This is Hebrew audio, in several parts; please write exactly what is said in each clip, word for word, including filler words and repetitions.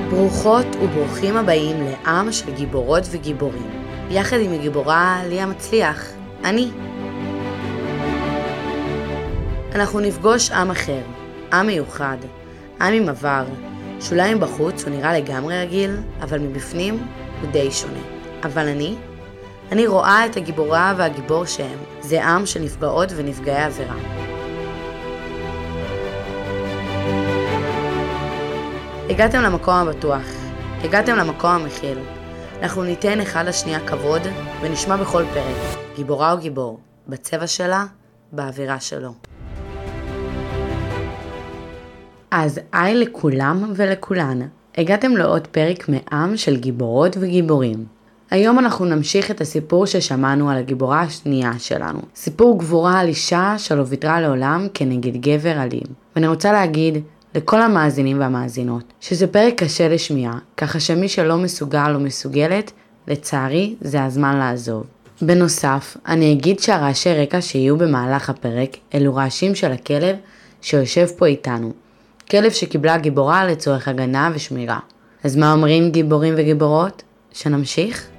ברוכות וברוכים הבאים לעם של גיבורות וגיבורים, יחד עם הגיבורה ליה מצליח, אני. אנחנו נפגוש עם אחר, עם מיוחד, עם עם עבר, שאולי מבחוץ הוא נראה לגמרי רגיל, אבל מבפנים הוא די שונה. אבל אני, אני רואה את הגיבורה והגיבור שהם, זה עם של נפגעות ונפגעי עבירה. הגעתם למקום הבטוח, הגעתם למקום המכיל. אנחנו ניתן אחד לשנייה כבוד ונשמע בכל פרק, גיבורה או גיבור, בצבע שלה, באווירה שלו. אז היי לכולם ולכולן, הגעתם לעוד פרק מעם של גיבורות וגיבורים. היום אנחנו נמשיך את הסיפור ששמענו על הגיבורה השנייה שלנו. סיפור גבורה על אישה שלא ויתרה לעולם כנגד גבר אלים. ואני רוצה להגיד לכל המאזינים והמאזינות שזה פרק קשה לשמיעה, ככה שמי שלא מסוגל או מסוגלת, לצערי זה הזמן לעזוב. בנוסף, אני אגיד שהרעשי רקע שיהיו במהלך הפרק אלו רעשים של הכלב שיושב פה איתנו. כלב שקיבלה גיבורה לצורך הגנה ושמירה. אז מה אומרים גיבורים וגיבורות? שנמשיך?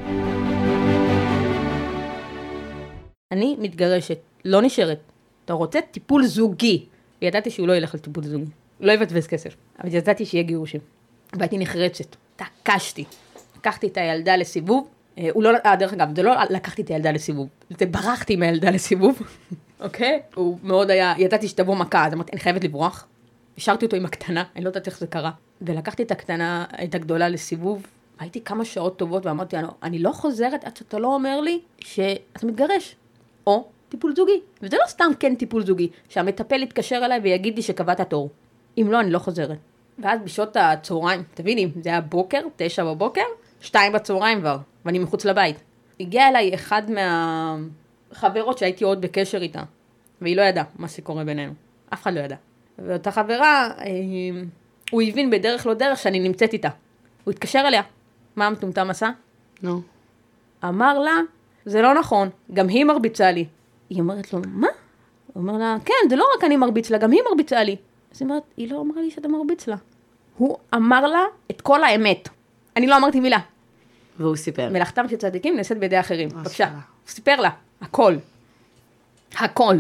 אני מתגרשת, לא נשארת. אתה רוצה טיפול זוגי. וידעתי שהוא לא ילך לטיפול זוגי. לא יבטבז כסף. אבל ידעתי שיהיה גירושים. והייתי נחרצת. תקשתי. לקחתי את הילדה לסיבוב. הוא לא, דרך אגב, זה לא לקחתי את הילדה לסיבוב. זה ברחתי מהילדה לסיבוב. אוקיי? הוא מאוד היה, ידעתי שתבוא מכה, אז אמרתי, אני חייבת לברוח. השארתי אותו עם הקטנה, אני לא יודעת איך זה קרה. ולקחתי את הקטנה, את הגדולה לסיבוב. הייתי כמה שעות טובות ואמרתי, אני לא חוזרת עד שאתה לא אומר לי שאתה מתגרש. או טיפול זוגי. וזה לא סתם כן טיפול זוגי, שהמטפל יתקשר אליי ויגיד לי שקבעת תור. אם לא, אני לא חוזרת. ואז בשעות הצהריים, תביני, זה היה בוקר, תשע בבוקר, שתיים בצהריים כבר, ואני מחוץ לבית. הגיע אליי אחד מהחברות שהייתי עוד בקשר איתה, והיא לא ידעה מה שקורה בינינו. אף אחד לא ידע. ואותה חברה, הוא הבין בדרך לא דרך שאני נמצאת איתה. הוא התקשר אליה. מה המטומטם עשה? נו. אמר לה, זה לא נכון, גם היא מרביצה לי. היא אומרת לו, מה? הוא אומר לה, כן, זה לא רק אני מרביץ לה, גם היא מרביצה לי. אז היא אומרת, היא לא אמרה לי שאתה מרביץ לה. הוא אמר לה את כל האמת. אני לא אמרתי מילה. והוא סיפר. מלאכתם של צדיקים נעשית בידי אחרים. בבקשה, הוא סיפר לה, הכל. הכל.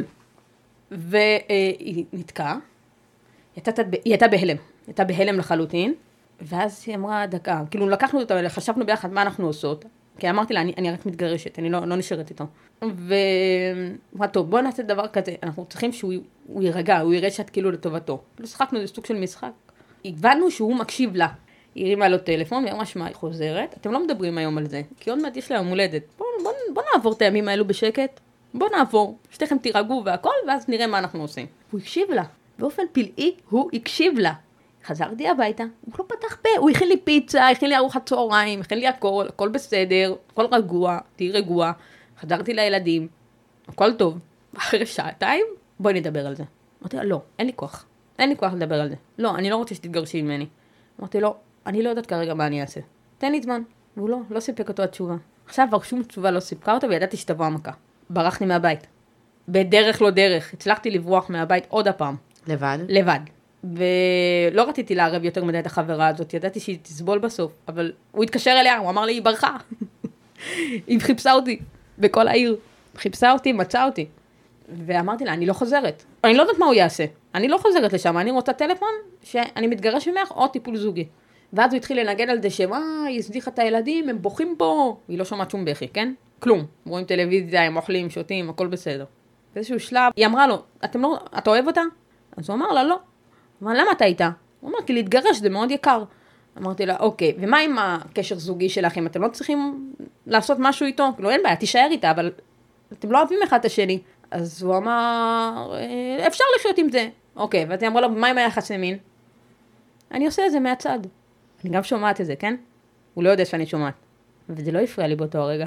והיא נתקעה. היא הייתה בהלם. היא הייתה בהלם לחלוטין. ואז היא אמרה, דקה, כאילו לקחנו אותה, חשבנו ביחד מה אנחנו עושות. כי אמרתי לה, אני, אני רק מתגרשת, אני לא, לא נשארת איתו. ומה טוב, בוא נעשה דבר כזה, אנחנו צריכים שהוא הוא יירגע, הוא יראה שאת כאילו לטובתו. לא שחקנו, זה סוג של משחק. הבנו שהוא מקשיב לה. היא הרימה לו טלפון, והיא אמרה, שמה, היא חוזרת, אתם לא מדברים היום על זה, כי עוד מעט יש לה יום הולדת. בוא, בוא, בוא נעבור את הימים האלו בשקט, בוא נעבור, שתיכם תירגעו והכל, ואז נראה מה אנחנו עושים. הוא הקשיב לה, באופן פלאי הוא הקשיב לה. חזרתי הביתה, הוא לא פתח פה, הוא הכין לי פיצה, הכין לי ארוחת צהריים, הכין לי הכל, הכל בסדר, הכל רגוע, תהי רגוע, חזרתי לילדים, הכל טוב. אחרי שעתיים, בואי נדבר על זה. אמרתי לה, לא, אין לי כוח, אין לי כוח לדבר על זה. לא, אני לא רוצה שתתגרשי ממני. אמרתי לו, אני לא יודעת כרגע מה אני אעשה. תן לי זמן. והוא לא, לא סיפק אותו התשובה. עכשיו כבר שום תשובה לא סיפקה אותו, וידעתי שתבוא המכה. ברחתי מהבית. בדרך לא דרך, הצלחתי לברוח מהבית עוד הפעם. לבד? לבד. ולא רציתי לערב יותר מדי את החברה הזאת, ידעתי שהיא תסבול בסוף, אבל הוא התקשר אליה, הוא אמר לי, היא ברחה. היא חיפשה אותי בכל העיר. חיפשה אותי, מצאה אותי. ואמרתי לה, אני לא חוזרת. אני לא יודעת מה הוא יעשה. אני לא חוזרת לשם, אני רוצה טלפון שאני מתגרש ממך או טיפול זוגי. ואז הוא התחיל לנגן על זה שמה, היא הזדיחה את הילדים, הם בוכים פה. היא לא שומעת שום בכי, כן? כלום. רואים טלוויזיה, הם אוכלים, שותים, הכל בסדר. באיזשהו שלב, היא אמרה לו, אתם לא, אתה אוהב אותה? אז הוא אמר לה, לא. אבל למה אתה איתה? הוא אמר, כי להתגרש זה מאוד יקר. אמרתי לה, אוקיי, ומה עם הקשר זוגי שלכם? אתם לא צריכים לעשות משהו איתו? לא, אין בעיה, תישאר איתה, אבל אתם לא אוהבים אחד את השני. אז הוא אמר, אפשר לחיות עם זה. אוקיי, ואז היא אמרה לו, מה עם היחסי מין? אני עושה את זה מהצד. אני גם שומעת את זה, כן? הוא לא יודע שאני שומעת. וזה לא הפריע לי באותו הרגע.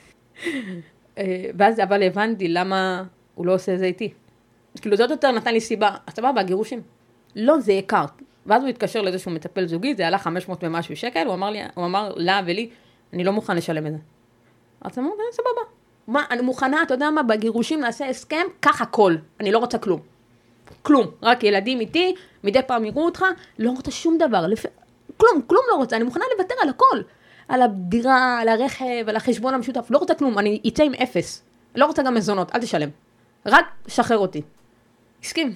ואז אבל הבנתי למה הוא לא עושה את זה איתי. כאילו זאת יותר נתן לי סיבה, אז סבבה, גירושים. לא, זה יקר. ואז הוא התקשר לאיזה שהוא מטפל זוגי, זה עלה חמש מאות ומשהו שקל, הוא אמר לי, הוא אמר לה ולי, אני לא מוכן לשלם את זה. אז אמרתי, סבבה. מה, אני מוכנה, אתה יודע מה, בגירושים נעשה הסכם, כך הכל. אני לא רוצה כלום. כלום. רק ילדים איתי, מדי פעם יראו אותך, לא רוצה שום דבר. לפ... כלום, כלום לא רוצה, אני מוכנה לוותר על הכל. על הדירה, על הרכב, על החשבון המשותף, לא רוצה כלום, אני אצא עם אפס. לא רוצה גם מזונות, אל תשלם. רק שחרר אותי. הסכים.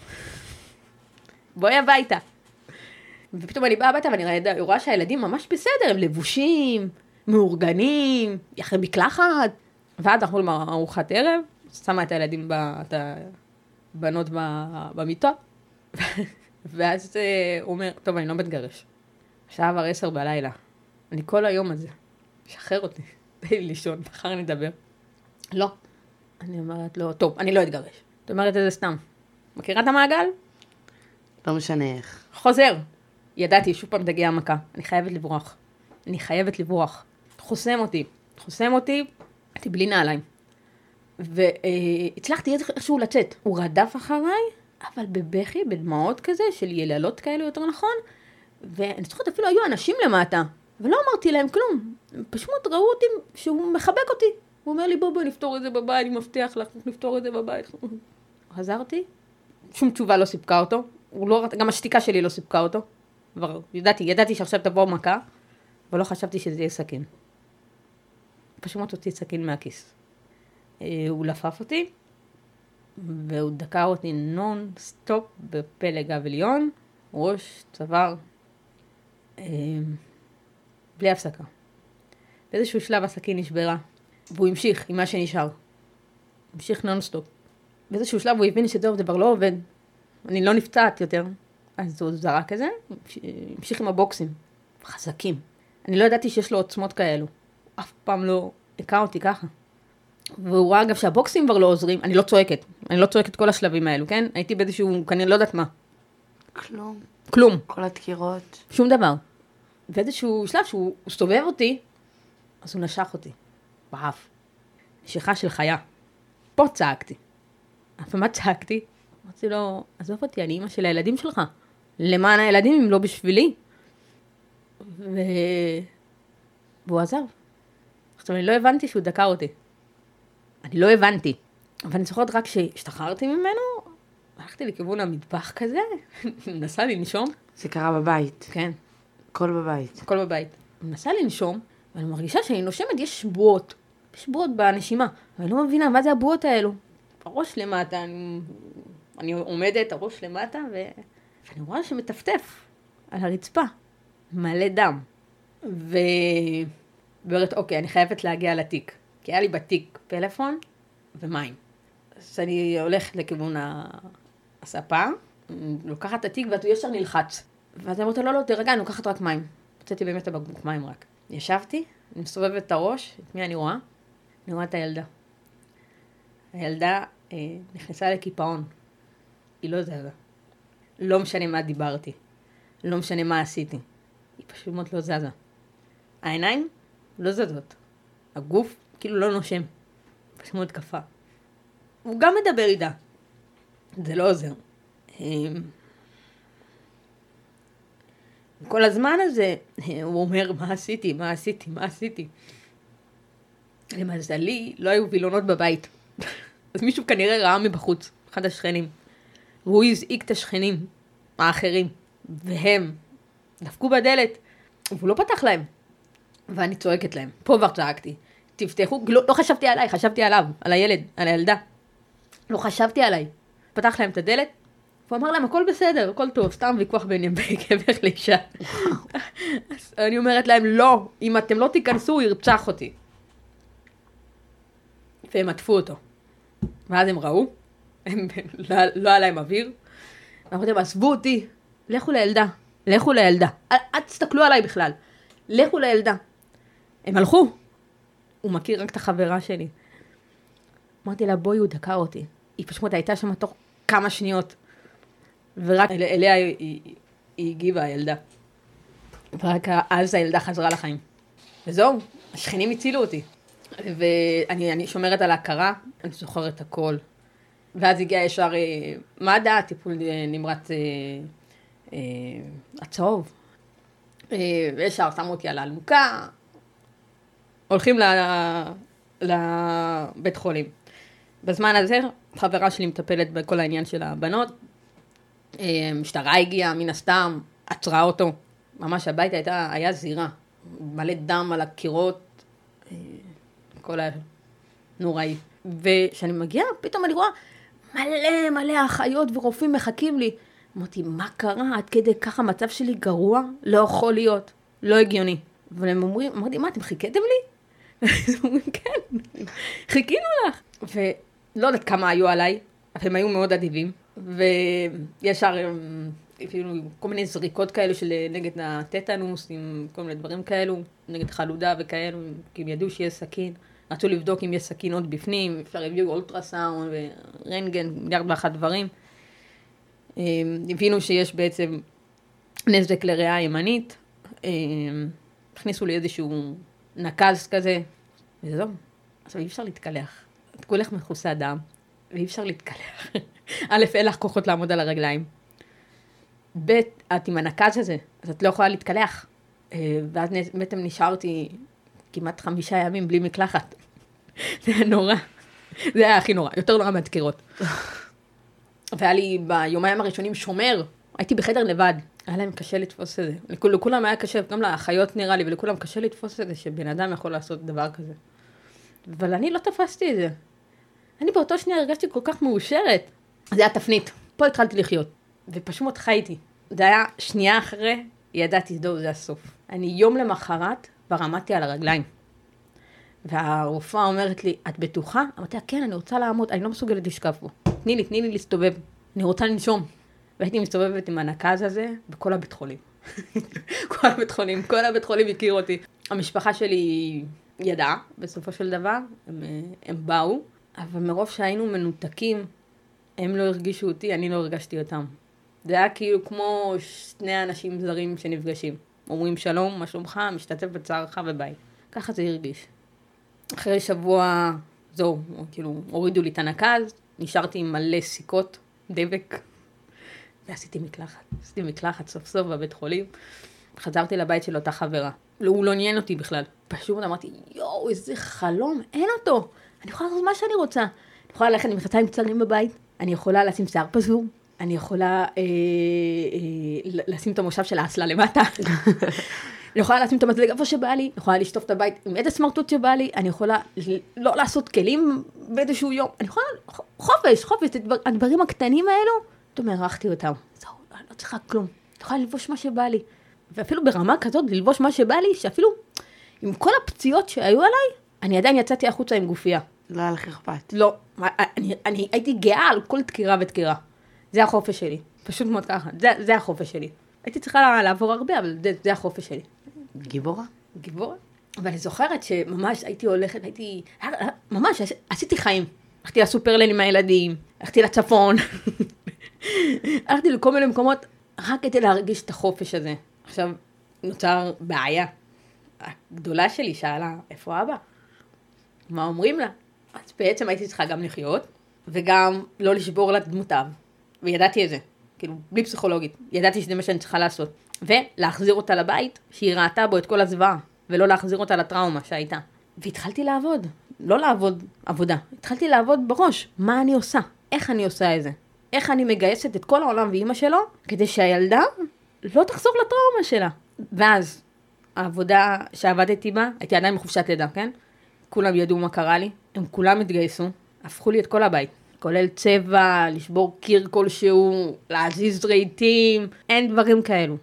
בואי הביתה. ופתאום אני באה הביתה ואני רואה שהילדים ממש בסדר, הם לבושים, מאורגנים, אחרי מקלחת. ואז אנחנו לארוחת ערב, שמה את הילדים, את הבנות במיטות, ואז הוא אומר, טוב, אני לא מתגרש. שעה עבר עשר בלילה. אני כל היום הזה. שחרר אותי. תן לי לישון, מחר נדבר. לא. אני אומרת לו, טוב, אני לא אתגרש. זאת אומרת, זה סתם. מכירה את המעגל? לא משנה איך. חוזר. ידעתי, שוב פעם תגיע המכה. אני חייבת לברוח. אני חייבת לברוח. חוסם אותי. חוסם אותי, הייתי בלי נעליים. והצלחתי איכשהו לצאת. הוא רדף אחריי, אבל בבכי, בדמעות כזה, של יללות כאלו יותר נכון, ואני זוכרת אפילו היו אנשים למטה, ולא אמרתי להם כלום. הם פשוט ראו אותי שהוא מחבק אותי. הוא אומר לי, בוא בוא נפתור את זה בבית, אני מבטיח לך, נפתור את זה בבית. חזרתי, שום תשובה לא סיפקה אותו, הוא לא, גם השתיקה שלי לא סיפקה אותו. כבר ידעתי, ידעתי שעכשיו תבוא מכה, אבל לא חשבתי שזה יהיה סכין. פשוט אותי סכין מהכיס. הוא לפף אותי, והוא דקר אותי נון סטופ בפלג עליון, ראש, צוואר, בלי הפסקה. באיזשהו שלב הסכין נשברה, והוא המשיך עם מה שנשאר. המשיך נון סטופ. באיזשהו שלב הוא הבין שזהו, זה כבר לא עובד. אני לא נפצעת יותר. אז הוא זרק כזה, המשיך עם הבוקסים. חזקים. אני לא ידעתי שיש לו עוצמות כאלו. אף פעם לא הכר אותי ככה. והוא ראה אגב שהבוקסים כבר לא עוזרים. אני לא צועקת. אני לא צועקת כל השלבים האלו, כן? הייתי באיזשהו, כנראה לא יודעת מה. כלום. כלום. כל הדקירות. שום דבר. ואיזשהו שלב שהוא סובב אותי, אז הוא נשך אותי. באף. נשיכה של חיה. פה צעקתי. ומה צעקתי? אמרתי לו, עזוב אותי, אני אמא של הילדים שלך. למען הילדים אם לא בשבילי. ו... והוא עזב. עכשיו, אני לא הבנתי שהוא דקר אותי. אני לא הבנתי. אבל אני זוכרת רק שהשתחררתי ממנו, הלכתי לכיוון המטבח כזה, נסע לנשום. זה קרה בבית. כן. הכל בבית. הכל בבית. הוא נסע לנשום, ואני מרגישה שאני נושמת, יש שבועות. יש שבועות בנשימה. ואני לא מבינה מה זה הבועות האלו. הראש למטה, אני, אני עומדת, הראש למטה, ו... ואני רואה שמטפטף על הרצפה. מלא דם. ו... ואומרת, אוקיי, אני חייבת להגיע לתיק. כי היה לי בתיק פלאפון ומים. אז אני הולכת לכיוון הספה, לוקחת את התיק ואתה ישר נלחץ. ואז אני אומרת, לא, לא, תרגע, אני לוקחת רק מים. הוצאתי באמת את הבקבוק מים רק. ישבתי, אני מסובבת את הראש, את מי אני רואה? אני רואה את הילדה. הילדה אה, נכנסה לקיפאון. היא לא זזה. לא משנה מה דיברתי. לא משנה מה עשיתי. היא פשוט מאוד לא זזה. העיניים לא זזות. הגוף כאילו לא נושם. פשוט מאוד קפה. הוא גם מדבר איתה. זה לא עוזר. כל הזמן הזה, הוא אומר, מה עשיתי, מה עשיתי, מה עשיתי. למזלי, לא היו וילונות בבית. אז מישהו כנראה ראה מבחוץ, אחד השכנים. והוא הזעיק את השכנים האחרים. והם דפקו בדלת. והוא לא פתח להם. ואני צועקת להם. פה כבר צעקתי. תפתחו, לא, לא חשבתי עליי, חשבתי עליו, על הילד, על הילדה. לא חשבתי עליי. פתח להם את הדלת, והוא אמר להם, הכל בסדר, הכל טוב, סתם ויכוח בין גבר לאישה. אז אני אומרת להם, לא, אם אתם לא תיכנסו, הוא ירצח אותי. והם עטפו אותו. ואז הם ראו, הם, לא, לא היה להם אוויר. ואמרתי להם, עזבו אותי, לכו לילדה, לכו לילדה. אל, אל תסתכלו עליי בכלל. לכו לילדה. הם הלכו. הוא מכיר רק את החברה שלי. אמרתי לה, בואי, הוא דקר אותי. היא פשוט הייתה שם תוך כמה שניות. ורק אל, אליה היא, היא, היא הגיבה, הילדה. ורק אז הילדה חזרה לחיים. וזהו, השכנים הצילו אותי. ואני אני שומרת על ההכרה, אני זוכרת הכל. ואז הגיע ישר מד"א, טיפול נמרץ אה, אה, הצהוב. אה, וישר שמו אותי על האלונקה. הולכים לבית חולים. בזמן הזה, חברה שלי מטפלת בכל העניין של הבנות. משטרה הגיעה, מן הסתם, עצרה אותו. ממש הבית הייתה, היה זירה, מלא דם על הקירות, כל הנוראי. וכשאני מגיעה, פתאום אני רואה מלא מלא אחיות ורופאים מחכים לי. אמרתי, מה קרה? עד כדי ככה המצב שלי גרוע? לא יכול להיות, לא הגיוני. והם אומרים, אמרתי, מה, אתם חיכיתם לי? אז הם אומרים, כן, חיכינו לך. ולא יודעת כמה היו עליי, אבל הם היו מאוד אדיבים. וישר אפילו כל מיני זריקות כאלו של נגד הטטנוס, עם כל מיני דברים כאלו, נגד חלודה וכאלו, כי הם ידעו שיש סכין. רצו לבדוק אם יש סכין עוד בפנים, אפשר הביאו אולטרסאונד ורנגן, מיליארד ואחת דברים. הבינו שיש בעצם נזק לריאה הימנית, הכניסו לי איזשהו נקז כזה, וזהו. עכשיו אי אפשר להתקלח. את כולך מכוסה דם, ואי אפשר להתקלח. א', אין לך כוחות לעמוד על הרגליים. ב', את עם הנקז הזה, אז את לא יכולה להתקלח. ואז בעצם נשארתי כמעט חמישה ימים בלי מקלחת. זה היה נורא. זה היה הכי נורא, יותר נורא מהדקירות. והיה לי ביומיים הראשונים שומר, הייתי בחדר לבד. היה להם קשה לתפוס את זה. לכ- לכולם היה קשה, גם לאחיות נראה לי, ולכולם קשה לתפוס את זה, שבן אדם יכול לעשות דבר כזה. אבל אני לא תפסתי את זה. אני באותו שנייה הרגשתי כל כך מאושרת. זה היה תפנית. פה התחלתי לחיות. ופשוט חייתי. זה היה שנייה אחרי, ידעתי, זהו, זה הסוף. אני יום למחרת, כבר עמדתי על הרגליים. והרופאה אומרת לי, את בטוחה? אמרתי לה, כן, אני רוצה לעמוד, אני לא מסוגלת לשכב פה. תני לי, תני לי להסתובב. אני רוצה לנשום. והייתי מסתובבת עם הנקז הזה בכל הבית חולים. כל הבית חולים, כל הבית חולים הכיר אותי. המשפחה שלי ידעה, בסופו של דבר, הם, הם באו, אבל מרוב שהיינו מנותקים, הם לא הרגישו אותי, אני לא הרגשתי אותם. זה היה כאילו כמו שני אנשים זרים שנפגשים. אומרים שלום, מה שלומך, משתתף בצערך וביי. ככה זה הרגיש. אחרי שבוע, זהו, כאילו, הורידו לי את הנקז, נשארתי עם מלא סיכות, דבק, ועשיתי מקלחת. עשיתי מקלחת סוף סוף בבית חולים. חזרתי לבית של אותה חברה. לא, הוא לא עניין אותי בכלל. פשוט אמרתי, יואו, איזה חלום, אין אותו. אני יכולה לעשות מה שאני רוצה. אני יכולה ללכת עם מכנסיים קצרים בבית, אני יכולה לשים שיער פזור, אני יכולה אה, אה, לשים את המושב של האסלה למטה. אני יכולה לשים את המזלג איפה שבא לי, אני יכולה לשטוף את הבית עם איזה סמרטוט שבא לי, אני יכולה לא לעשות כלים באיזשהו יום, אני יכולה, חופש, חופש, הדברים הקטנים האלו, פתאום הרחתי אותם. זהו, לא צריכה כלום. אני יכולה ללבוש מה שבא לי. ואפילו ברמה כזאת, ללבוש מה שבא לי, שאפילו עם כל הפציעות שהיו עליי, אני עדיין יצאתי החוצה עם גופייה. לא היה לך אכפת. לא, אני, אני הייתי גאה על כל דקירה ודקירה. זה החופש שלי. פשוט מאוד ככה. זה, זה החופש שלי. הייתי צריכה לעבור הרבה, אבל זה, זה החופש שלי. גיבורה? גיבורה. אבל אני זוכרת שממש הייתי הולכת, הייתי, ממש עשיתי חיים. הלכתי לסופרלן עם הילדים, הלכתי לצפון. הלכתי לכל מיני מקומות, רק כדי להרגיש את החופש הזה. עכשיו, נוצר בעיה. הגדולה שלי שאלה, איפה אבא? מה אומרים לה? אז בעצם הייתי צריכה גם לחיות, וגם לא לשבור לה דמותיו. וידעתי את זה, כאילו, בלי פסיכולוגית. ידעתי שזה מה שאני צריכה לעשות. ולהחזיר אותה לבית, שהיא ראתה בו את כל הזוועה, ולא להחזיר אותה לטראומה שהייתה. והתחלתי לעבוד. לא לעבוד עבודה. התחלתי לעבוד בראש. מה אני עושה? איך אני עושה את זה? איך אני מגייסת את כל העולם ואימא שלו, כדי שהילדה לא תחזור לטראומה שלה. ואז, העבודה שעבדתי בה, הייתי עדיין מחופשת לידה, כן? כולם ידעו מה קרה לי, הם כולם התגייסו, הפכו לי את כל הבית. כולל צבע, לשבור קיר כלשהו, להזיז רהיטים, אין דברים כאלו.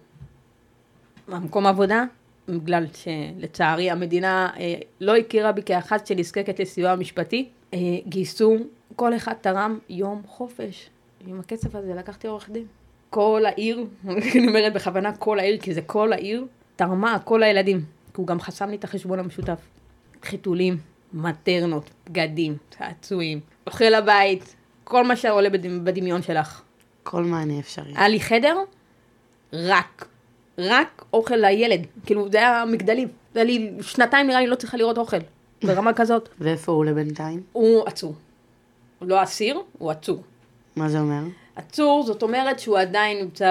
במקום עבודה, בגלל שלצערי המדינה אה, לא הכירה בי כאחת שנזקקת לסיוע משפטי, אה, גייסו, כל אחד תרם יום חופש. עם הכסף הזה לקחתי עורך דין. כל העיר, אני אומרת בכוונה כל העיר, כי זה כל העיר, תרמה כל הילדים. כי הוא גם חסם לי את החשבון המשותף. חיתולים, מטרנות, בגדים, צעצועים, אוכל הבית, כל מה שעולה בדמיון שלך. כל מענה אפשרי. היה לי חדר, רק, רק אוכל לילד. כאילו, זה היה מגדלים. זה היה לי שנתיים נראה לי לא צריכה לראות אוכל. ברמה כזאת. ואיפה הוא לבינתיים? הוא עצור. הוא לא אסיר, הוא עצור. מה זה אומר? עצור, זאת אומרת שהוא עדיין נמצא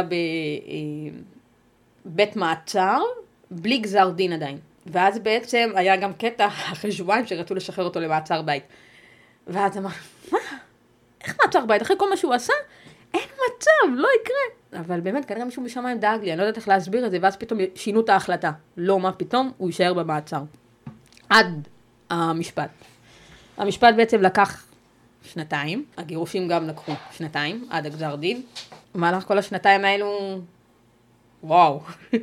בבית מעצר, בלי גזר דין עדיין. ואז בעצם היה גם קטע אחרי שבועיים שרצו לשחרר אותו למעצר בית. ואז אמר, מה? איך מעצר בית? אחרי כל מה שהוא עשה, אין מצב, לא יקרה. אבל באמת, כנראה מישהו בשמיים דאג לי, אני לא יודעת איך להסביר את זה, ואז פתאום שינו את ההחלטה. לא, מה פתאום? הוא יישאר במעצר. עד המשפט. המשפט בעצם לקח שנתיים, הגירושים גם לקחו שנתיים, עד הגזר דין. במהלך כל השנתיים האלו, וואו,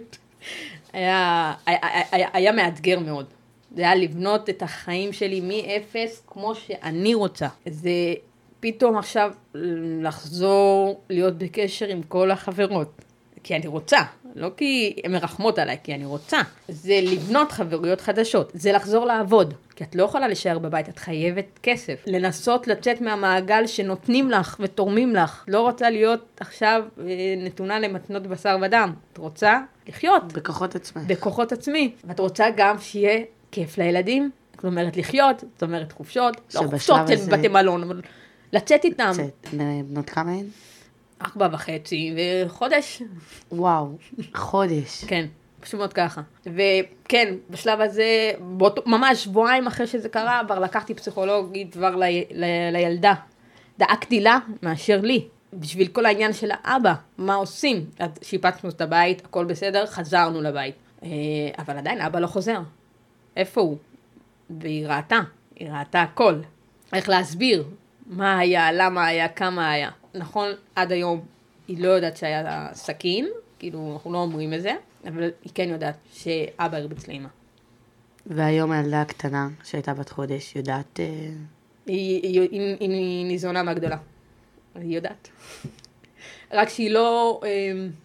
היה, היה, היה, היה מאתגר מאוד. זה היה לבנות את החיים שלי מאפס כמו שאני רוצה. זה פתאום עכשיו לחזור להיות בקשר עם כל החברות. כי אני רוצה, לא כי הן מרחמות עליי, כי אני רוצה. זה לבנות חברויות חדשות, זה לחזור לעבוד. כי את לא יכולה להישאר בבית, את חייבת כסף. לנסות לצאת מהמעגל שנותנים לך ותורמים לך. לא רוצה להיות עכשיו נתונה למתנות בשר ודם. את רוצה לחיות. בכוחות עצמך. בכוחות עצמי. ואת רוצה גם שיהיה כיף לילדים. זאת אומרת לחיות, זאת אומרת חופשות. לא חופשות של בתי מלון, אבל לצאת איתם. לצאת. בנות כמה הן? ארבע וחצי וחודש. וואו, חודש. כן, פשוט מאוד ככה. וכן, בשלב הזה, באות, ממש שבועיים אחרי שזה קרה, כבר לקחתי פסיכולוגית כבר ל, ל, לילדה. דאגתי לה מאשר לי. בשביל כל העניין של האבא, מה עושים? אז שיפצנו את הבית, הכל בסדר, חזרנו לבית. אבל עדיין אבא לא חוזר. איפה הוא? והיא ראתה, היא ראתה הכל. איך להסביר מה היה, למה היה, כמה היה. נכון, עד היום היא לא יודעת שהיה סכין, כאילו אנחנו לא אומרים את זה, אבל היא כן יודעת שאבא הרביץ לאמא. והיום הילדה הקטנה שהייתה בת חודש יודעת... היא, היא, היא, היא, היא ניזונה מהגדולה. היא יודעת. רק שהיא לא אה,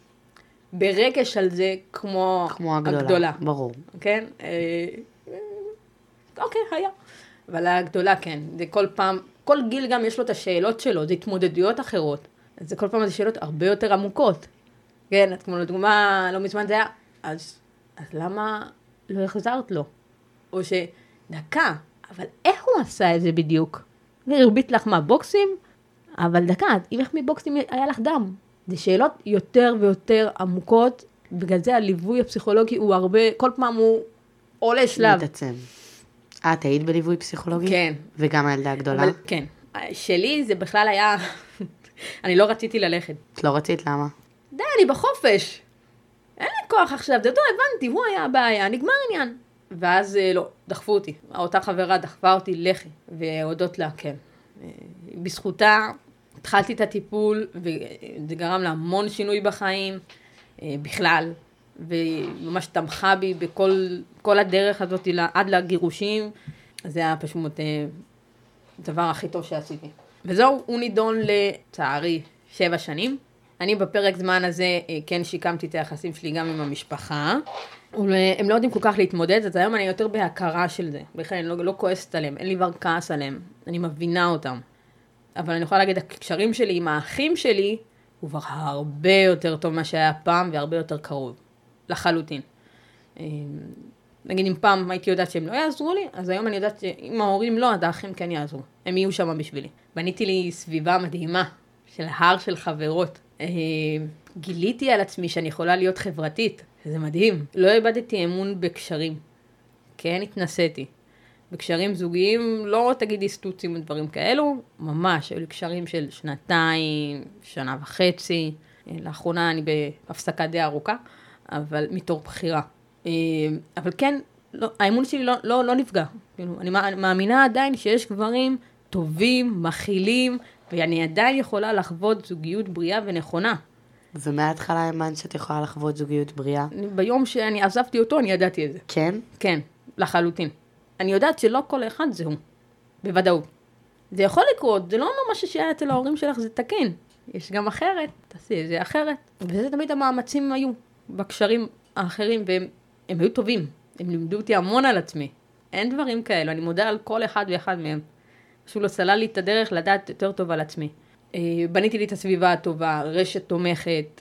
ברגש על זה כמו, כמו הגדולה. הגדולה. ברור. כן? אה, אה, אוקיי, היה. אבל הגדולה כן. זה כל פעם... כל גיל גם יש לו את השאלות שלו, זה התמודדויות אחרות. זה כל פעם זה שאלות הרבה יותר עמוקות. כן, את כמו לדוגמה, לא מזמן זה היה, אז, אז למה לא החזרת לו? או שדקה, אבל איך הוא עשה את זה בדיוק? זה הרביט לך מהבוקסים, אבל דקה, אם איך מבוקסים היה לך דם? זה שאלות יותר ויותר עמוקות, בגלל זה הליווי הפסיכולוגי הוא הרבה, כל פעם הוא עולה שלב. מתעצם. את היית בליווי פסיכולוגי? כן. וגם הילדה הגדולה? אבל, כן. שלי זה בכלל היה, אני לא רציתי ללכת. את לא רצית? למה? די, אני בחופש. אין לי כוח עכשיו, זה טוב, הבנתי, הוא היה הבעיה, נגמר עניין. ואז לא, דחפו אותי. אותה חברה דחפה אותי לחי, והודות לה, כן. בזכותה התחלתי את הטיפול, וזה גרם לה המון שינוי בחיים, בכלל. וממש תמכה בי בכל כל הדרך הזאת עד לגירושים. זה היה פשוט הדבר הכי טוב שעשיתי. וזהו, הוא נידון לצערי שבע שנים. אני בפרק זמן הזה כן שיקמתי את היחסים שלי גם עם המשפחה. הם לא יודעים כל כך להתמודד, אז היום אני יותר בהכרה של זה. בכלל אני לא, לא כועסת עליהם, אין לי כבר כעס עליהם. אני מבינה אותם. אבל אני יכולה להגיד, הקשרים שלי עם האחים שלי, הוא כבר הרבה יותר טוב מה שהיה פעם והרבה יותר קרוב. לחלוטין. נגיד אם פעם הייתי יודעת שהם לא יעזרו לי, אז היום אני יודעת שאם ההורים לא, אז האחים כן יעזרו. הם יהיו שם בשבילי. בניתי לי סביבה מדהימה של הר של חברות. גיליתי על עצמי שאני יכולה להיות חברתית. זה מדהים. לא איבדתי אמון בקשרים. כן, התנסיתי. בקשרים זוגיים, לא תגידי סטוצים ודברים כאלו, ממש, היו לי קשרים של שנתיים, שנה וחצי. לאחרונה אני בהפסקה די ארוכה. אבל מתור בחירה. אבל כן, לא, האמון שלי לא, לא, לא נפגע. אני מאמינה עדיין שיש גברים טובים, מכילים, ואני עדיין יכולה לחוות זוגיות בריאה ונכונה. ומההתחלה האמן שאת יכולה לחוות זוגיות בריאה? ביום שאני עזבתי אותו, אני ידעתי את זה. כן? כן, לחלוטין. אני יודעת שלא כל אחד זהו, בוודאות. זה יכול לקרות, זה לא אומר משהו שהיה אצל ההורים שלך, זה תקין. יש גם אחרת, תעשי את זה אחרת. וזה תמיד המאמצים היו. בקשרים האחרים, והם הם היו טובים. הם לימדו אותי המון על עצמי. אין דברים כאלו, אני מודה על כל אחד ואחד מהם. פשוט לא סלל לי את הדרך לדעת יותר טוב על עצמי. בניתי לי את הסביבה הטובה, רשת תומכת.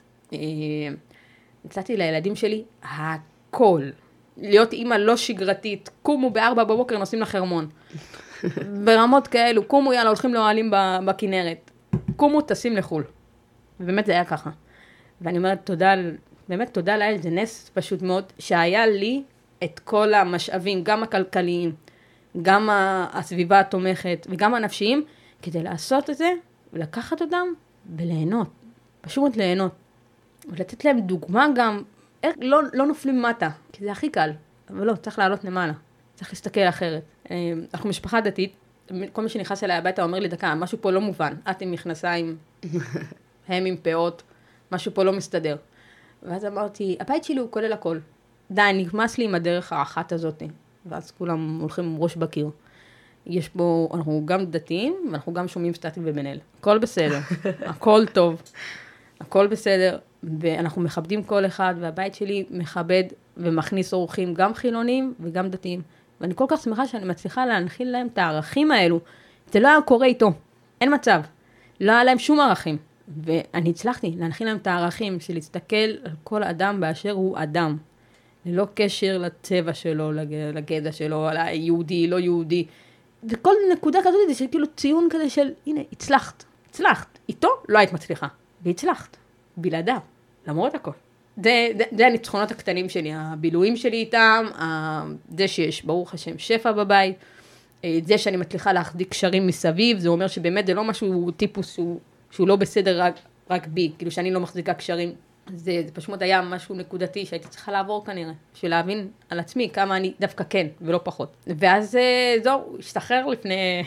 הצעתי לילדים שלי הכל. להיות אימא לא שגרתית. קומו בארבע בבוקר, נוסעים לחרמון. ברמות כאלו, קומו יאללה, הולכים לאוהלים בכנרת. קומו, טסים לחול. ובאמת זה היה ככה. ואני אומרת תודה על... באמת תודה לאל, זה נס פשוט מאוד, שהיה לי את כל המשאבים, גם הכלכליים, גם הסביבה התומכת וגם הנפשיים, כדי לעשות את זה ולקחת אותם וליהנות. פשוט ליהנות. ולתת להם דוגמה גם, איך לא, לא נופלים מטה, כי זה הכי קל. אבל לא, צריך לעלות למעלה. צריך להסתכל אחרת. אנחנו משפחה דתית, כל מי שנכנס אליי הביתה אומר לי, דקה, משהו פה לא מובן. את עם מכנסיים, הם עם פאות, משהו פה לא מסתדר. ואז אמרתי, הבית שלי הוא כולל הכל. די, נגמס לי עם הדרך האחת הזאת. ואז כולם הולכים עם ראש בקיר. יש בו, אנחנו גם דתיים, ואנחנו גם שומעים סטטי ובן-אל. הכל בסדר, הכל טוב, הכל בסדר, ואנחנו מכבדים כל אחד, והבית שלי מכבד ומכניס אורחים גם חילונים וגם דתיים. ואני כל כך שמחה שאני מצליחה להנחיל להם את הערכים האלו. זה לא היה קורה איתו, אין מצב. לא היה להם שום ערכים. ואני הצלחתי להנחיל להם את הערכים של להסתכל על כל אדם באשר הוא אדם. ללא קשר לצבע שלו, לגדע שלו, על היהודי, לא יהודי. וכל נקודה כזאת זה של כאילו ציון כזה של, הנה, הצלחת, הצלחת. איתו לא היית מצליחה, והצלחת, בלעדיו, למרות הכל. זה, זה, זה הניצחונות הקטנים שלי, הבילויים שלי איתם, זה שיש, ברוך השם, שפע בבית, זה שאני מצליחה להחזיק קשרים מסביב, זה אומר שבאמת זה לא משהו טיפוס שהוא, שהוא לא בסדר רק, רק בי, כאילו שאני לא מחזיקה קשרים. זה, זה פשוט היה משהו נקודתי שהייתי צריכה לעבור כנראה, בשביל להבין על עצמי כמה אני דווקא כן ולא פחות. ואז זהו, השתחרר לפני,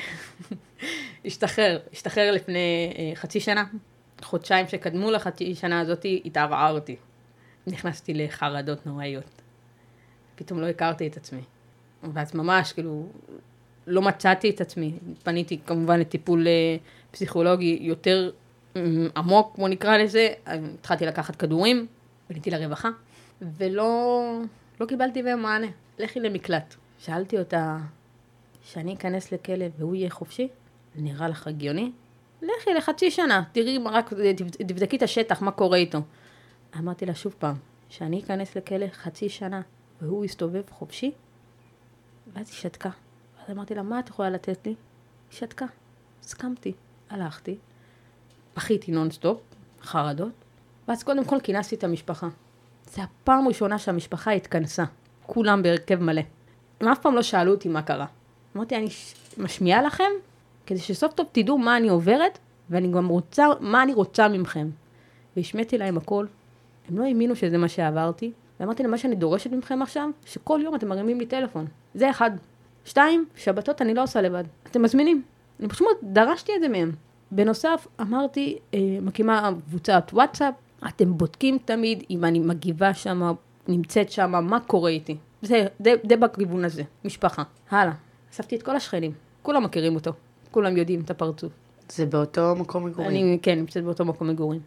השתחרר, השתחרר לפני חצי שנה, חודשיים שקדמו לחצי שנה הזאת, התערערתי. נכנסתי לחרדות נוראיות. פתאום לא הכרתי את עצמי. ואז ממש, כאילו, לא מצאתי את עצמי. פניתי כמובן לטיפול פסיכולוגי יותר עמוק, כמו נקרא לזה. התחלתי לקחת כדורים, פניתי לרווחה, ולא לא קיבלתי בהם מענה. לכי למקלט. שאלתי אותה, שאני אכנס לכלא והוא יהיה חופשי? נראה לך הגיוני? לכי לחצי שנה, תראי, רק תבדקי את השטח, מה קורה איתו. אמרתי לה שוב פעם, שאני אכנס לכלא חצי שנה, והוא יסתובב חופשי? ואז היא שתקה. ואז אמרתי לה, מה את יכולה לתת לי? היא שתקה. הסכמתי. הלכתי. בכיתי נונסטופ, חרדות. ואז קודם כל כינסתי את המשפחה. זה הפעם ראשונה שהמשפחה התכנסה. כולם בהרכב מלא. הם אף פעם לא שאלו אותי מה קרה. אמרתי, אני משמיעה לכם, כדי שסוף טוב תדעו מה אני עוברת, ואני גם רוצה, מה אני רוצה ממכם. והשמעתי להם הכל. הם לא האמינו שזה מה שעברתי. ואמרתי להם, מה שאני דורשת ממכם עכשיו, שכל יום אתם מרימים לי טלפון. זה אחד. שתיים, שבתות אני לא עושה לבד. אתם מזמינים. אני פשוט דרשתי את זה מהם. בנוסף, אמרתי, אה, מקימה קבוצת וואטסאפ, אתם בודקים תמיד אם אני מגיבה שם, נמצאת שם, מה קורה איתי. זה, זה, זה בכיוון הזה, משפחה. הלאה. אספתי את כל השכנים. כולם מכירים אותו. כולם יודעים את הפרצוף. זה באותו מקום מגורים? אני, כן, נמצאת באותו מקום מגורים.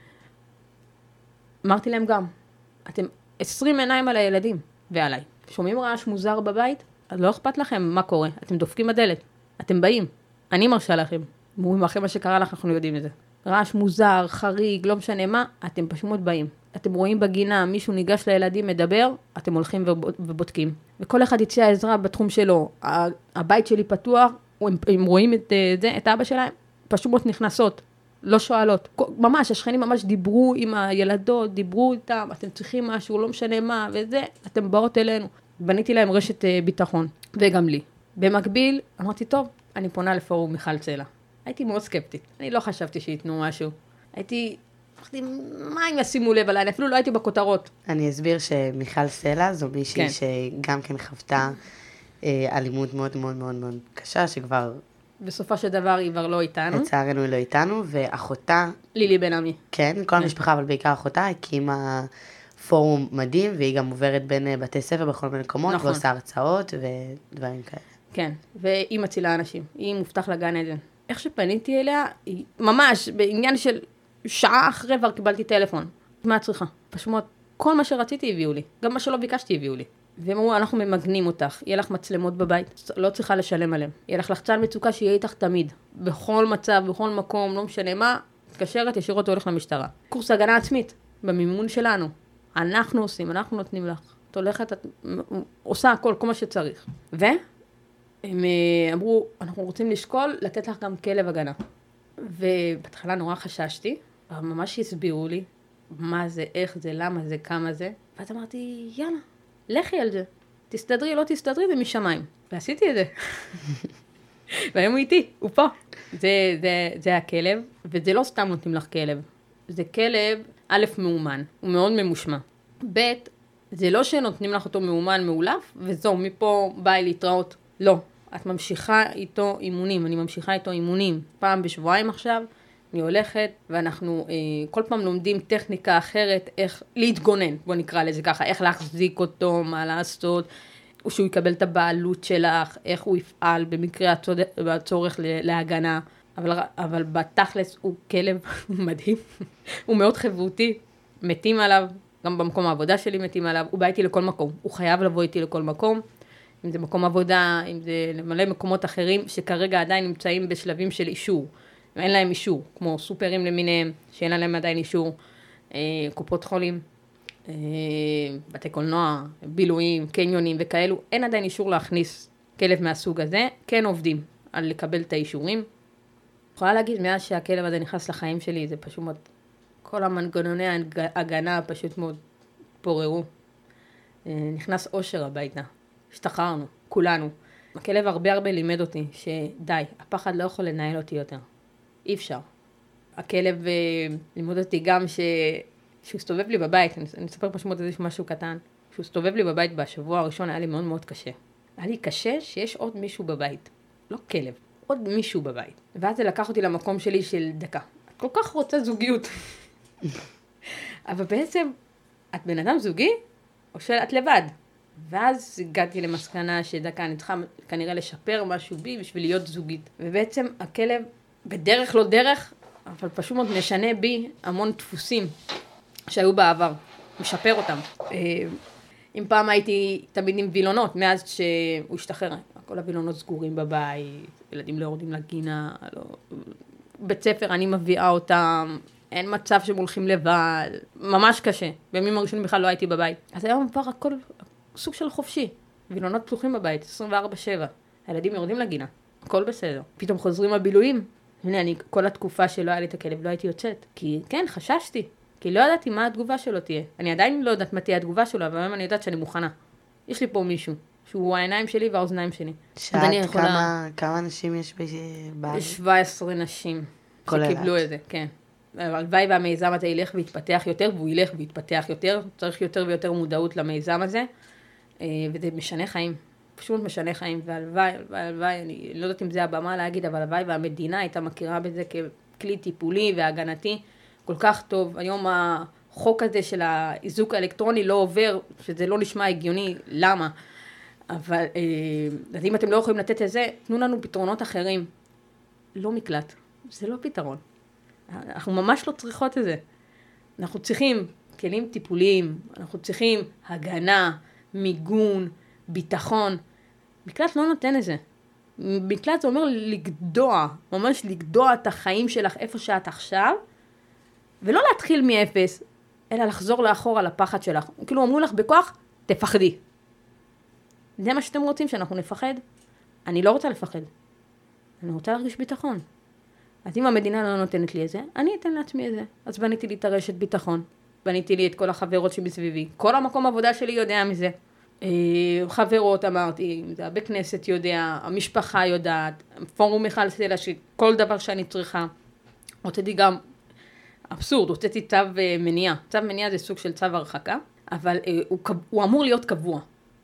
אמרתי להם גם, אתם עשרים עיניים על הילדים ועליי. שומעים רעש מוזר בבית? אז לא אכפת לכם מה קורה. אתם דופקים בדלת. אתם באים. אני מרשה לכם. אומרים, אחרי מה שקרה לך, אנחנו יודעים את זה. רעש מוזר, חריג, לא משנה מה, אתם פשוט באים. אתם רואים בגינה, מישהו ניגש לילדים, מדבר, אתם הולכים ובודקים. וכל אחד יציע עזרה בתחום שלו. הבית שלי פתוח, הם, הם רואים את זה, את אבא שלהם, פשוט נכנסות, לא שואלות. ממש, השכנים ממש דיברו עם הילדות, דיברו איתם, אתם צריכים משהו, לא משנה מה, וזה, אתם באות אלינו. בניתי להם רשת ביטחון, וגם לי. במקביל, אמרתי, טוב, אני פונה לפורום מיכל צלע. הייתי מאוד סקפטית, אני לא חשבתי שיתנו משהו. הייתי, אמרתי, מה אם ישימו לב עליי? אפילו לא הייתי בכותרות. אני אסביר שמיכל סלע זו מישהי כן. שגם כן חוותה אה, אלימות מאוד מאוד מאוד מאוד קשה, שכבר... בסופו של דבר היא כבר לא איתנו. לצערנו היא לא איתנו, ואחותה... לילי בן עמי. כן, כל המשפחה, אבל בעיקר אחותה, הקימה פורום מדהים, והיא גם עוברת בין בתי ספר בכל מיני מקומות, נכון. ועושה הרצאות ודברים כאלה. כן, והיא מצילה אנשים, היא מובטח לגן עדן. איך שפניתי אליה, היא ממש, בעניין של שעה אחרי כבר קיבלתי טלפון. מה את צריכה? פשוט כל מה שרציתי הביאו לי, גם מה שלא ביקשתי הביאו לי. והם אמרו, אנחנו ממגנים אותך, יהיה לך מצלמות בבית, לא צריכה לשלם עליהם. יהיה לך לחצן מצוקה שיהיה איתך תמיד. בכל מצב, בכל מקום, לא משנה מה, תקשרת, ישירות הולך למשטרה. קורס הגנה עצמית, במימון שלנו. אנחנו עושים, אנחנו נותנים לך. את הולכת, את עושה הכל, כל מה שצריך. והם אמרו, אנחנו רוצים לשקול, לתת לך גם כלב הגנה. ובהתחלה נורא חששתי, אבל ממש הסבירו לי מה זה, איך זה, למה זה, כמה זה. ואז אמרתי, יאללה. לכי על זה. תסתדרי, לא תסתדרי, זה משמיים. ועשיתי את זה. והיום הוא איתי, הוא פה. זה, זה, זה הכלב, וזה לא סתם נותנים לך כלב. זה כלב, א', מאומן, הוא מאוד ממושמע. ב', זה לא שנותנים לך אותו מאומן מאולף, וזהו, מפה ביי להתראות. לא, את ממשיכה איתו אימונים, אני ממשיכה איתו אימונים. פעם בשבועיים עכשיו, אני הולכת, ואנחנו אה, כל פעם לומדים טכניקה אחרת, איך להתגונן, בוא נקרא לזה ככה, איך להחזיק אותו, מה לעשות, או שהוא יקבל את הבעלות שלך, איך הוא יפעל במקרה הצורך להגנה. אבל, אבל בתכלס הוא כלב מדהים, הוא מאוד חברותי, מתים עליו, גם במקום העבודה שלי מתים עליו, הוא בא איתי לכל מקום, הוא חייב לבוא איתי לכל מקום, אם זה מקום עבודה, אם זה למלא מקומות אחרים, שכרגע עדיין נמצאים בשלבים של אישור, ואין להם אישור, כמו סופרים למיניהם, שאין להם עדיין אישור, קופות חולים, בתי קולנוע, בילויים, קניונים וכאלו, אין עדיין אישור להכניס כלב מהסוג הזה, כן עובדים על לקבל את האישורים. יכולה להגיד, מאז שהכלב הזה נכנס לחיים שלי, זה פשוט מאוד, כל המנגנוני ההגנה פשוט מאוד פוררו. נכנס אושר הביתה, השתחררנו, כולנו. הכלב הרבה הרבה לימד אותי שדי, הפחד לא יכול לנהל אותי יותר. אי אפשר. הכלב לימד אותי גם ש... שהוא סתובב לי בבית, אני, אני אספר פשוט מאוד איזה משהו קטן, שהוא סתובב לי בבית בשבוע הראשון היה לי מאוד מאוד קשה. היה לי קשה שיש עוד מישהו בבית, לא כלב, עוד מישהו בבית. ואז זה לקח אותי למקום שלי של דקה. את כל כך רוצה זוגיות. אבל בעצם, את בן אדם זוגי, או שאת לבד? ואז הגעתי למסקנה שדקה, אני צריכה כנראה לשפר משהו בי בשביל להיות זוגית. ובעצם הכלב, בדרך לא דרך, אבל פשוט מאוד משנה בי המון דפוסים שהיו בעבר. משפר אותם. אם פעם הייתי תמיד עם וילונות, מאז שהוא השתחרר, כל הוילונות סגורים בבית, ילדים לא יורדים לגינה, לא... בית ספר אני מביאה אותם, אין מצב שהם הולכים לבד, ממש קשה. בימים הראשונים בכלל לא הייתי בבית. אז היום כבר הכל סוג של חופשי. וילונות פתוחים בבית, עשרים וארבע שבע. הילדים יורדים לגינה, הכל בסדר. פתאום חוזרים הבילויים. הנה, אני כל התקופה שלא היה לי את הכלב, לא הייתי יוצאת. כי כן, חששתי. כי לא ידעתי מה התגובה שלו תהיה. אני עדיין לא יודעת מה תהיה התגובה שלו, אבל היום אני יודעת שאני מוכנה. יש לי פה מישהו, שהוא העיניים שלי והאוזניים שלי. שאלת יכולה... כמה, כמה אנשים יש בארץ? שבע עשרה נשים שקיבלו את זה, כן. הלוואי והמיזם הזה ילך ויתפתח יותר, והוא ילך ויתפתח יותר. צריך יותר ויותר מודעות למיזם הזה, וזה משנה חיים. פשוט משנה חיים, והלוואי, והלוואי, אני לא יודעת אם זה הבמה להגיד, אבל הלוואי והמדינה הייתה מכירה בזה ככלי טיפולי והגנתי כל כך טוב. היום החוק הזה של האיזוק האלקטרוני לא עובר, שזה לא נשמע הגיוני, למה? אבל אז אם אתם לא יכולים לתת את זה, תנו לנו פתרונות אחרים. לא מקלט, זה לא פתרון. אנחנו ממש לא צריכות את זה. אנחנו צריכים כלים טיפוליים, אנחנו צריכים הגנה, מיגון, ביטחון. מקלט לא נותן את זה. מקלט זה אומר לגדוע, ממש לגדוע את החיים שלך איפה שאת עכשיו, ולא להתחיל מאפס, אלא לחזור לאחור על הפחד שלך. כאילו אמרו לך בכוח, תפחדי. זה מה שאתם רוצים, שאנחנו נפחד? אני לא רוצה לפחד. אני רוצה להרגיש ביטחון. אז אם המדינה לא נותנת לי את זה, אני אתן לעצמי את זה. אז בניתי לי את הרשת ביטחון. בניתי לי את כל החברות שמסביבי. כל המקום עבודה שלי יודע מזה. חברות אמרתי, זה הבית כנסת יודע, המשפחה יודעת, פורום מיכל סלע, שכל דבר שאני צריכה. הוצאתי גם, אבסורד, הוצאתי צו מניעה. צו מניעה זה סוג של צו הרחקה, אבל הוא, הוא אמור להיות קבוע.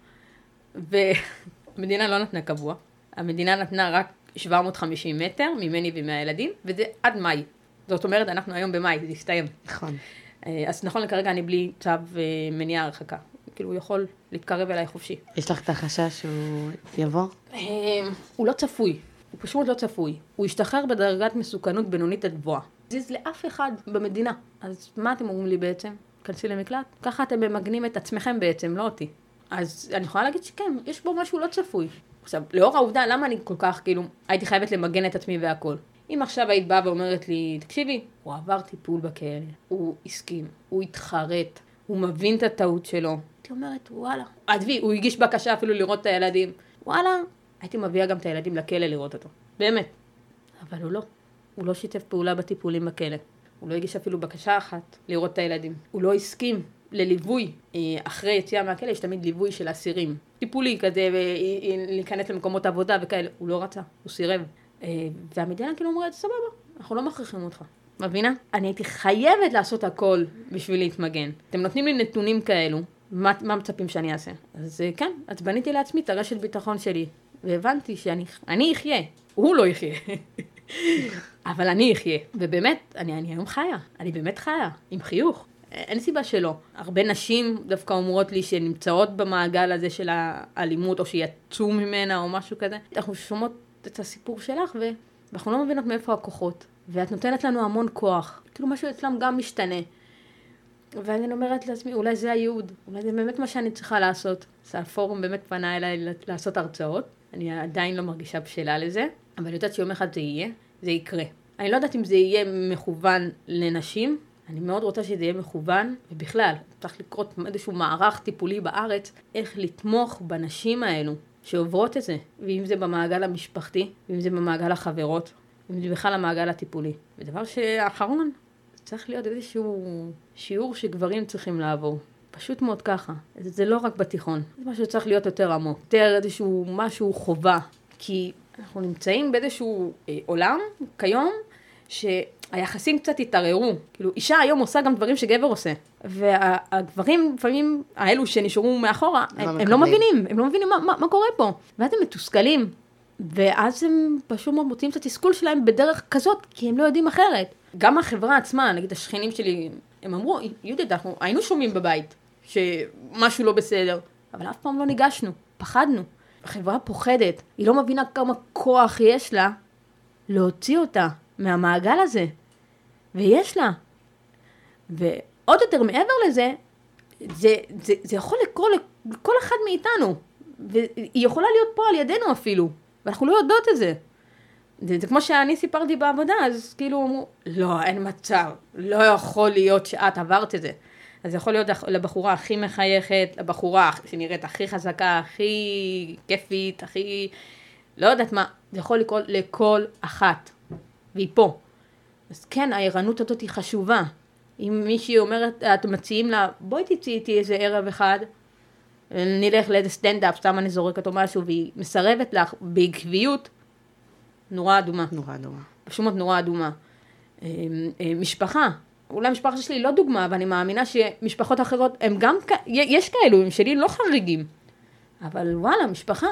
והמדינה לא נתנה קבוע. המדינה נתנה רק שבע מאות וחמישים מטר ממני ומהילדים, וזה עד מאי. זאת אומרת, אנחנו היום במאי, זה יסתיים. נכון. אז נכון לכרגע אני בלי צו מניעה הרחקה. כאילו הוא יכול להתקרב אליי חופשי. יש לך את החשש שהוא יבוא? הוא לא צפוי, הוא פשוט לא צפוי. הוא ישתחרר בדרגת מסוכנות בינונית עד גבוהה. זיז לאף אחד במדינה. אז מה אתם אומרים לי בעצם? כנסי למקלט? ככה אתם ממגנים את עצמכם בעצם, לא אותי. אז אני יכולה להגיד שכן, יש בו משהו לא צפוי. עכשיו, לאור העובדה, למה אני כל כך, כאילו, הייתי חייבת למגן את עצמי והכל? אם עכשיו היית באה ואומרת לי, תקשיבי, הוא עבר טיפול בכלא, הוא הסכים, הוא התחרט, הוא מבין את הטעות שלו. הייתי אומרת, וואלה. עדבי, הוא הגיש בקשה אפילו לראות את הילדים. וואלה, הייתי מביאה גם את הילדים לכלא לראות אותו. באמת. אבל הוא לא. הוא לא שיתף פעולה בטיפולים בכלא. הוא לא הגיש אפילו בקשה אחת לראות את הילדים. הוא לא הסכים לליווי. אחרי יציאה מהכלא יש תמיד ליווי של אסירים. טיפולי כזה, ולהיכנס למקומות עבודה וכאלה. הוא לא רצה, הוא סירב. והמדינה כאילו אומרת, סבבה, אנחנו לא מכריחים אותך. מבינה? אני הייתי חייבת לעשות הכל בשביל להתמגן. אתם נותנים לי נתונים כאלו, מה, מה מצפים שאני אעשה? אז כן, אז בניתי לעצמי את הרשת ביטחון שלי, והבנתי שאני אני אחיה, הוא לא יחיה. אבל אני אחיה. ובאמת, אני, אני היום חיה, אני באמת חיה, עם חיוך. אין סיבה שלא. הרבה נשים דווקא אומרות לי שנמצאות במעגל הזה של האלימות, או שיצאו ממנה, או משהו כזה. אנחנו שומעות את הסיפור שלך, ואנחנו לא מבינות מאיפה הכוחות. ואת נותנת לנו המון כוח. כאילו משהו אצלם גם משתנה. ואני אומרת לעצמי, אולי זה הייעוד, אולי זה באמת מה שאני צריכה לעשות. אז הפורום באמת פנה אליי לעשות הרצאות. אני עדיין לא מרגישה בשלה לזה, אבל אני יודעת שיום אחד זה יהיה, זה יקרה. אני לא יודעת אם זה יהיה מכוון לנשים, אני מאוד רוצה שזה יהיה מכוון, ובכלל, צריך לקרות איזשהו מערך טיפולי בארץ, איך לתמוך בנשים האלו שעוברות את זה, ואם זה במעגל המשפחתי, ואם זה במעגל החברות, ואם זה בכלל המעגל הטיפולי. ודבר שאחרון, צריך להיות איזשהו שיעור שגברים צריכים לעבור. פשוט מאוד ככה. זה לא רק בתיכון. זה משהו שצריך להיות יותר עמוק. יותר איזשהו משהו חובה. כי אנחנו נמצאים באיזשהו אה, עולם, כיום, שהיחסים קצת התערערו. כאילו, אישה היום עושה גם דברים שגבר עושה. והגברים, לפעמים, האלו שנשארו מאחורה, הם, הם לא מבינים. הם לא מבינים מה, מה, מה קורה פה. ואז הם מתוסכלים. ואז הם פשוט מוצאים את התסכול שלהם בדרך כזאת, כי הם לא יודעים אחרת. גם החברה עצמה, נגיד השכנים שלי, הם אמרו, יהודית, אנחנו היינו שומעים בבית שמשהו לא בסדר, אבל אף פעם לא ניגשנו, פחדנו. החברה פוחדת, היא לא מבינה כמה כוח יש לה להוציא אותה מהמעגל הזה, ויש לה. ועוד יותר מעבר לזה, זה, זה, זה יכול לקרוא לכל אחד מאיתנו, והיא יכולה להיות פה על ידינו אפילו, ואנחנו לא יודעות את זה. זה, זה כמו שאני סיפרתי בעבודה, אז כאילו אמרו, לא, אין מצב, לא יכול להיות שאת עברת את זה. אז זה יכול להיות לבחורה הכי מחייכת, לבחורה שנראית הכי חזקה, הכי כיפית, הכי, לא יודעת מה, זה יכול לקרות לכל אחת, והיא פה. אז כן, הערנות הזאת היא חשובה. אם מישהי אומרת, אתם מציעים לה, בואי תצאי איתי איזה ערב אחד, נלך לאיזה סטנדאפ, סתם אני זורקת או משהו, והיא מסרבת לך בעקביות, נורא אדומה. נורא אדומה. פשוט נורא אדומה. משפחה. אולי המשפחה שלי לא דוגמה, אבל אני מאמינה שמשפחות אחרות, הם גם, יש כאלו, הם שלי לא חריגים. אבל וואלה, משפחה.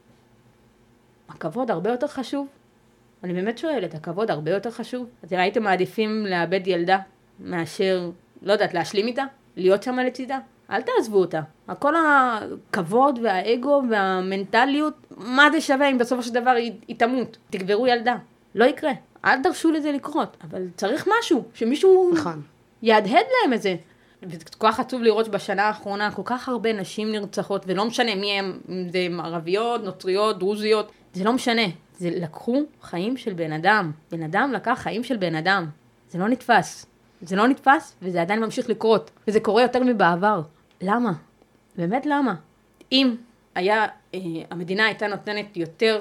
הכבוד הרבה יותר חשוב. אני באמת שואלת, הכבוד הרבה יותר חשוב. אתם הייתם מעדיפים לאבד ילדה, מאשר, לא יודעת, להשלים איתה? להיות שם לצידה? אל תעזבו אותה. הכל הכבוד והאגו והמנטליות, מה זה שווה אם בסופו של דבר היא, היא תמות? תגברו ילדה. לא יקרה. אל דרשו לזה לקרות. אבל צריך משהו, שמישהו נכון. יהדהד להם את זה. וזה כל כך עצוב לראות שבשנה האחרונה כל כך הרבה נשים נרצחות, ולא משנה מי הם, אם זה ערביות, נוצריות, דרוזיות, זה לא משנה. זה לקחו חיים של בן אדם. בן אדם לקח חיים של בן אדם. זה לא נתפס. זה לא נתפס, וזה עדיין ממשיך לקרות. וזה קורה יותר מבעבר. למה? באמת למה? אם היה, אה, המדינה הייתה נותנת יותר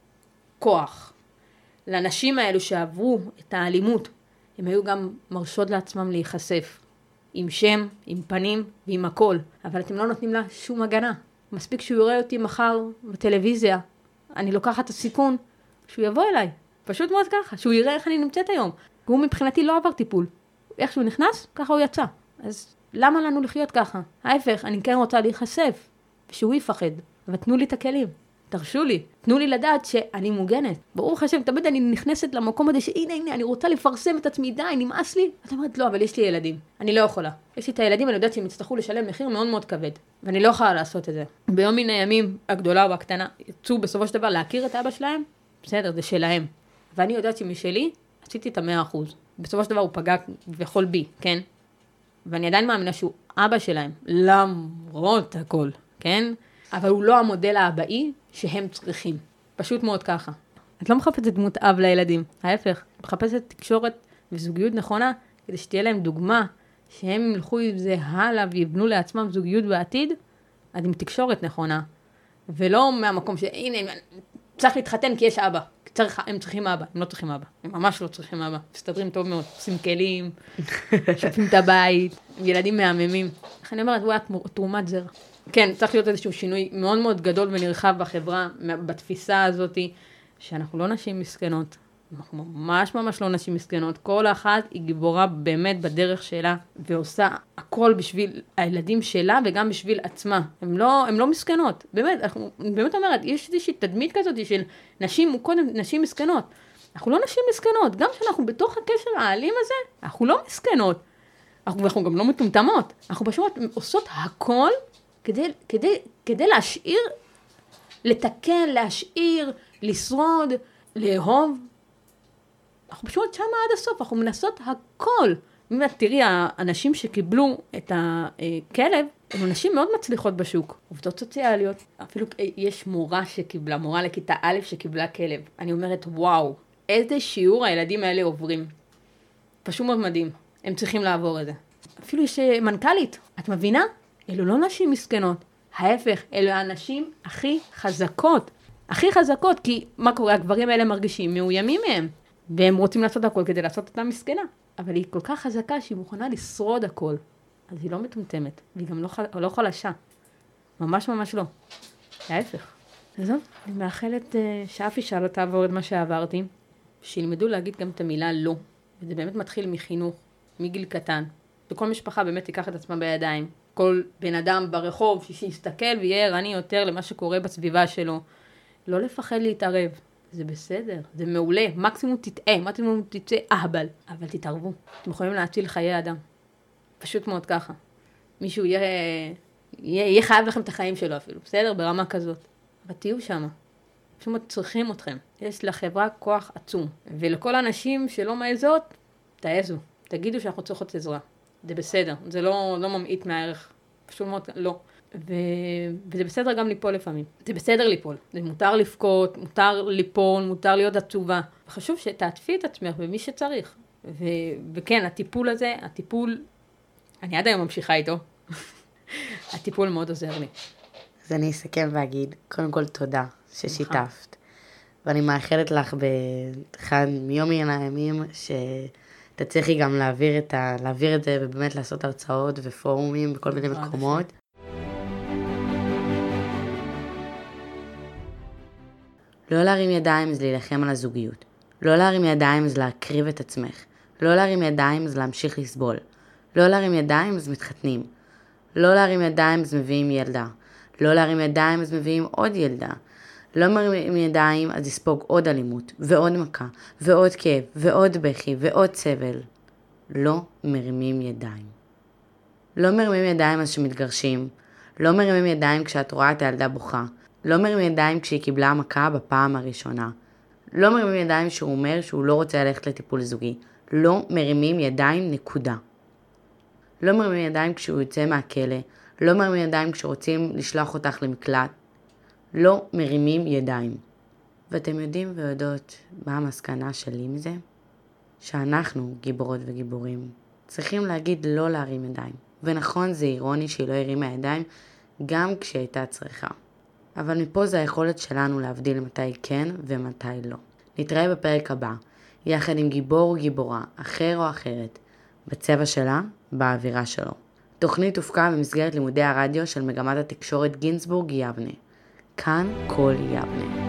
כוח לנשים האלו שעברו את האלימות, הם היו גם מרשות לעצמם להיחשף. עם שם, עם פנים ועם הכל. אבל אתם לא נותנים לה שום הגנה. מספיק שהוא יראה אותי מחר בטלוויזיה. אני לוקחת את הסיכון שהוא יבוא אליי. פשוט מאוד ככה. שהוא יראה איך אני נמצאת היום. והוא מבחינתי לא עבר טיפול. איך שהוא נכנס, ככה הוא יצא. אז למה לנו לחיות ככה? ההפך, אני כן רוצה להיחשף. ושהוא יפחד. אבל תנו לי את הכלים. תרשו לי. תנו לי לדעת שאני מוגנת. ברוך השם, תמיד אני נכנסת למקום הזה שהנה, הנה, אני רוצה לפרסם את עצמי, די, נמאס לי. את אומרת, לא, אבל יש לי ילדים. אני לא יכולה. יש לי את הילדים, אני יודעת שהם יצטרכו לשלם מחיר מאוד מאוד כבד. ואני לא יכולה לעשות את זה. ביום מן הימים, הגדולה או הקטנה, יצאו בסופו של דבר להכיר את אבא שלהם, בסדר, זה שלהם. ואני יודעת שמשלי, עשיתי את המאה אחוז. בסופו של דבר הוא פגע וכל בי, כן? ואני עדיין מאמינה שהוא אבא שלהם, למרות הכל, כן? אבל הוא לא המודל האבאי שהם צריכים. פשוט מאוד ככה. את לא מחפשת דמות אב לילדים. ההפך, את מחפשת תקשורת וזוגיות נכונה, כדי שתהיה להם דוגמה, שהם ילכו עם זה הלאה ויבנו לעצמם זוגיות בעתיד, אז עם תקשורת נכונה. ולא מהמקום שהנה, צריך להתחתן כי יש אבא. צריך, הם צריכים אבא, הם לא צריכים אבא. הם ממש לא צריכים אבא. מסתדרים טוב מאוד. עושים כלים, שופים את הבית, ילדים מהממים. איך אני אומרת, וואי, תרומת זרע. כן, צריך להיות איזשהו שינוי מאוד מאוד גדול ונרחב בחברה, בתפיסה הזאת, שאנחנו לא נשים מסכנות. אנחנו ממש ממש לא נשים מסכנות. כל אחת היא גיבורה באמת בדרך שלה, ועושה הכל בשביל הילדים שלה וגם בשביל עצמה. הן לא, הן לא מסכנות. באמת, אנחנו, אני באמת אומרת, יש איזושהי תדמית כזאת של נשים, קודם נשים מסכנות. אנחנו לא נשים מסכנות. גם כשאנחנו בתוך הקשר האלים הזה, אנחנו לא מסכנות. אנחנו, אנחנו גם לא מטומטמות. אנחנו פשוט עושות הכל כדי, כדי, כדי להשאיר, לתקן, להשאיר, לשרוד, לאהוב. אנחנו פשוט שם עד הסוף, אנחנו מנסות הכל. באמת, תראי, האנשים שקיבלו את הכלב, הם אנשים מאוד מצליחות בשוק. עובדות סוציאליות. אפילו יש מורה שקיבלה, מורה לכיתה א' שקיבלה כלב. אני אומרת, וואו, איזה שיעור הילדים האלה עוברים. פשוט מאוד מדהים. הם צריכים לעבור את זה. אפילו יש מנכ"לית. את מבינה? אלו לא נשים מסכנות. ההפך, אלו האנשים הכי חזקות. הכי חזקות, כי מה קורה? הגברים האלה מרגישים מאוימים מהם. והם רוצים לעשות הכל כדי לעשות אותה מסכנה. אבל היא כל כך חזקה שהיא מוכנה לשרוד הכל. אז היא לא מטומטמת. והיא גם לא, לא חלשה. ממש ממש לא. ההפך. אז אני מאחלת שאף אישה לא תעבור את מה שעברתי. שילמדו להגיד גם את המילה לא. וזה באמת מתחיל מחינוך, מגיל קטן. וכל משפחה באמת תיקח את עצמה בידיים. כל בן אדם ברחוב שיסתכל ויהיה ערני יותר למה שקורה בסביבה שלו. לא לפחד להתערב. זה בסדר, זה מעולה. מקסימום תטעה, מקסימום תצא אהבל. אבל תתערבו. אתם יכולים להציל חיי אדם. פשוט מאוד ככה. מישהו יהיה, יהיה, יהיה חייב לכם את החיים שלו אפילו. בסדר? ברמה כזאת. אבל תהיו שמה. פשוט צריכים אתכם. יש לחברה כוח עצום. ולכל האנשים שלא מעזות, תעזו. תגידו שאנחנו צריכות עזרה. זה בסדר. זה לא, לא ממעיט מהערך. פשוט מאוד לא. ו... וזה בסדר גם ליפול לפעמים. זה בסדר ליפול. זה מותר לפקות, מותר ליפול, מותר להיות עצובה. חשוב שתעטפי את עצמך במי שצריך. ו... וכן, הטיפול הזה, הטיפול, אני עד היום ממשיכה איתו. הטיפול מאוד עוזר לי. אז אני אסכם ואגיד, קודם כל תודה ששיתפת. ואני מאחלת לך באחד מיום מן הימים שתצליחי גם להעביר את, ה... להעביר את זה ובאמת לעשות הרצאות ופורומים בכל מיני מקומות. לא להרים ידיים זה להילחם על הזוגיות. לא להרים ידיים זה להקריב את עצמך. לא להרים ידיים זה להמשיך לסבול. לא להרים ידיים זה מתחתנים. לא להרים ידיים זה מביאים ילדה. לא להרים ידיים אז מביאים עוד ילדה. לא מרים ידיים אז יספוג עוד אלימות, ועוד מכה, ועוד כאב, ועוד בכי, ועוד סבל. לא מרימים ידיים. לא מרימים ידיים אז שמתגרשים. לא מרימים ידיים כשאת רואה את הילדה בוכה. לא מרימים ידיים כשהיא קיבלה מכה בפעם הראשונה. לא מרימים ידיים שהוא אומר שהוא לא רוצה ללכת לטיפול זוגי. לא מרימים ידיים נקודה. לא מרימים ידיים כשהוא יוצא מהכלא. לא מרימים ידיים כשרוצים לשלוח אותך למקלט. לא מרימים ידיים. ואתם יודעים ויודעות מה המסקנה שלי מזה? שאנחנו, גיבורות וגיבורים, צריכים להגיד לא להרים ידיים. ונכון, זה אירוני שהיא לא הרימה ידיים, גם כשהייתה צריכה. אבל מפה זה היכולת שלנו להבדיל מתי כן ומתי לא. נתראה בפרק הבא, יחד עם גיבור או גיבורה, אחר או אחרת, בצבע שלה, באווירה שלו. תוכנית הופקה במסגרת לימודי הרדיו של מגמת התקשורת גינסבורג יבנה. כאן כל יבנה.